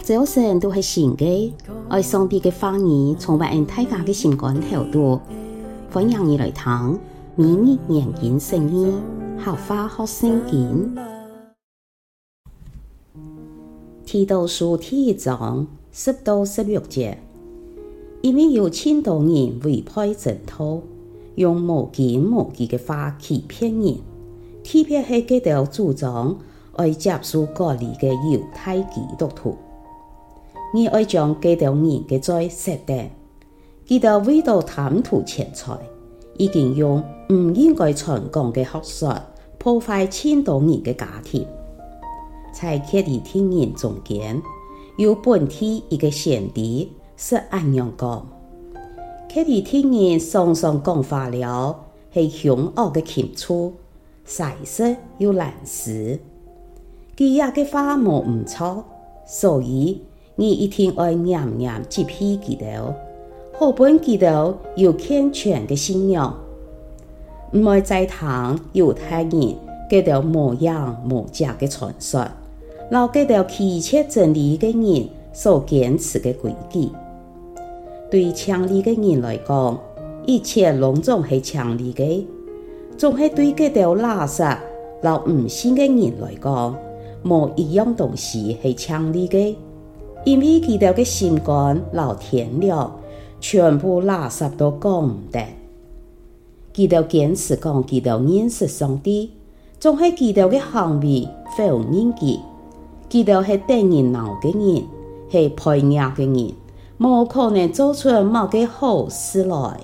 早晨都是新的，愛上帝的話語充滿大家的心肝頭度。歡迎你來聽每日研經聖經，合法學聖經。提多書第1章10到16節，因為有很多人違背真道，用無根無據的話欺騙人，特別是嗰條主張愛接受割禮的猶太基督徒。你愛將嗰條人嘅罪赦定，佢哋為咗貪圖錢財，已經用唔應該傳講嘅學說破壞千多人嘅家庭。在克里聽人中間，有本地一個先知是按樣講，克里聽人常常講話了，係兇惡嘅禽畜，曬色又懶死。佢也嘅話無唔錯，所以你一定愛嚴嚴接批佢哋，好本佢哋有健全嘅信仰，唔愛再聽猶太人嗰條無樣無價嘅傳說，留嗰條欺騙真理嘅人所堅持嘅規矩。對強理嘅人來講，一切攏總係強理嘅，總係對嗰條垃圾留唔信嘅人來講，無一樣東西係強理嘅。因為佢哋嘅心肝留天了，全部垃圾都講唔得。佢哋堅持講佢哋認識上帝，總係佢哋嘅行為否認佢。佢哋係等人鬧嘅人，係配惡嘅人，冇可能做出某個好事來。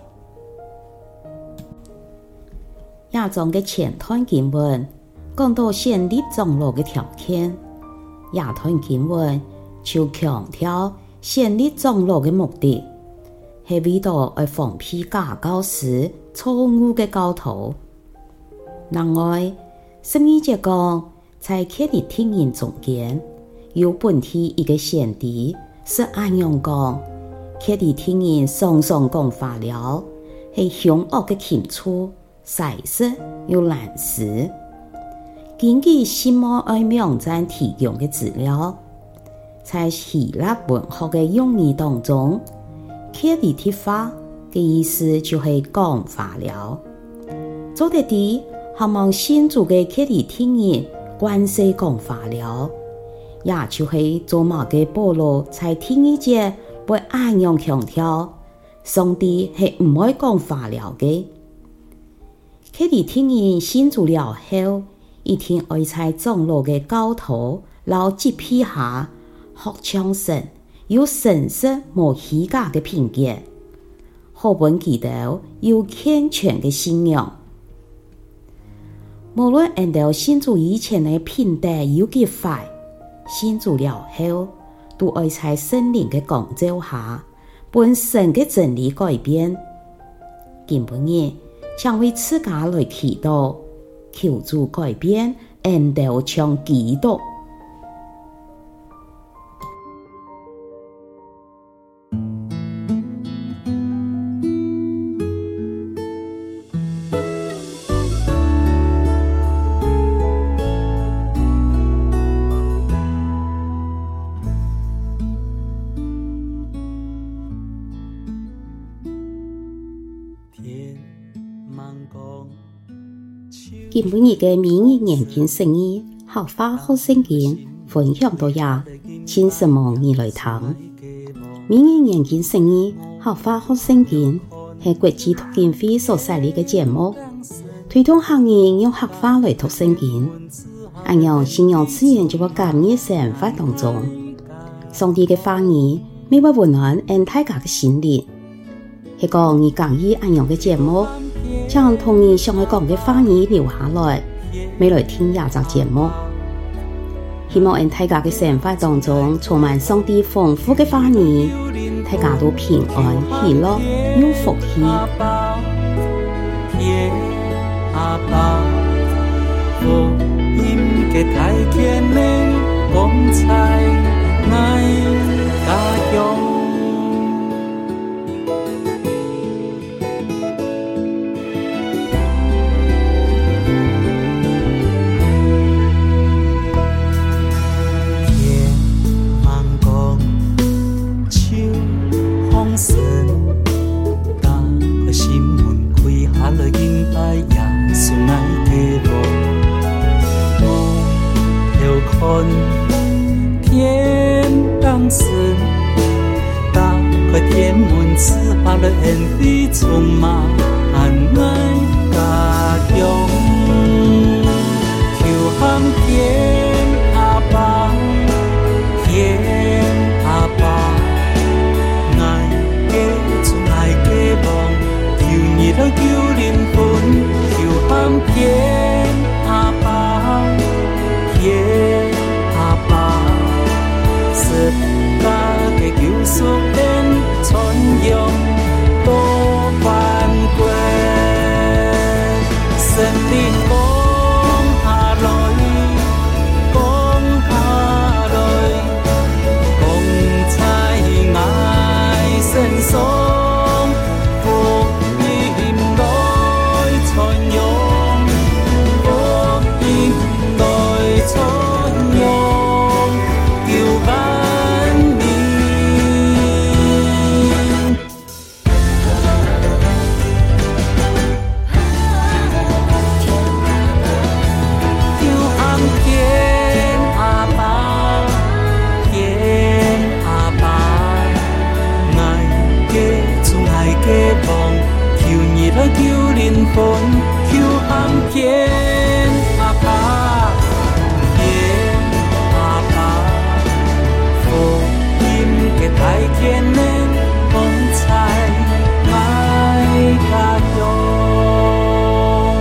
亞種嘅前段經文講到先立長老嘅條件，亞段經文就強調先立長老嘅目的，係為咗要防止假教師錯誤嘅教導。另外，12節講，在克里聽人中間，有本地一個先知是按樣講，克里聽人常常講話了，係兇惡嘅禽畜，曬色又懶死。根據西摩爾網站提供嘅資料，在希臘文學嘅用語當中，克里聽話嘅意思就係講話了。做得啲渴望信主嘅克里聽人關係講話了，也就係做某個保羅在第2節會按樣強調，上帝係唔會講話了嘅。克里聽人信主了後，一定愛在長老嘅教導留接批下，學唱神有神聖無虛假嘅品格，好本佢哋有健全嘅信仰。無論人哋信主以前嘅品德有幾壞，信主了後都愛在聖靈嘅光照下，本神嘅真理改變。今日將為自家來祈禱，求主改變人哋像基督。今日嘅每日研經聖經，合法學聖經分享到呀，請什麼你來聽。每日研經聖經，合法學聖經係國際讀經會所設立嘅節目，推動客人用合法來讀聖經，按樣信仰自然就會感染生活當中。上帝嘅話語每會溫暖人大家嘅心靈，係講你講意按樣嘅節目。將同你想要講嘅話語留下來，未來聽這集節目。希望在大家嘅生活當中充滿上帝豐富嘅話語，大家都平安喜樂有福氣。 分，天当时打开天门，赐下了恩惠，充满爱家乡。求喊天阿爸，天阿爸，爱家主爱家望，求你了救灵魂，求喊天阿爸，天阿爸，十架的救赎恩传扬多万国，神灵降下来，降下来，降在我身上，福音来传扬，福音来传扬，救万民。求喊天阿爸，天阿爸，爱家主爱家望，求你来救灵魂，求喊天阿爸，天阿爸，福音嘅大天能光彩爱家乡，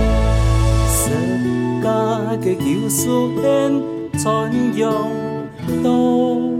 十架嘅救赎恩传扬到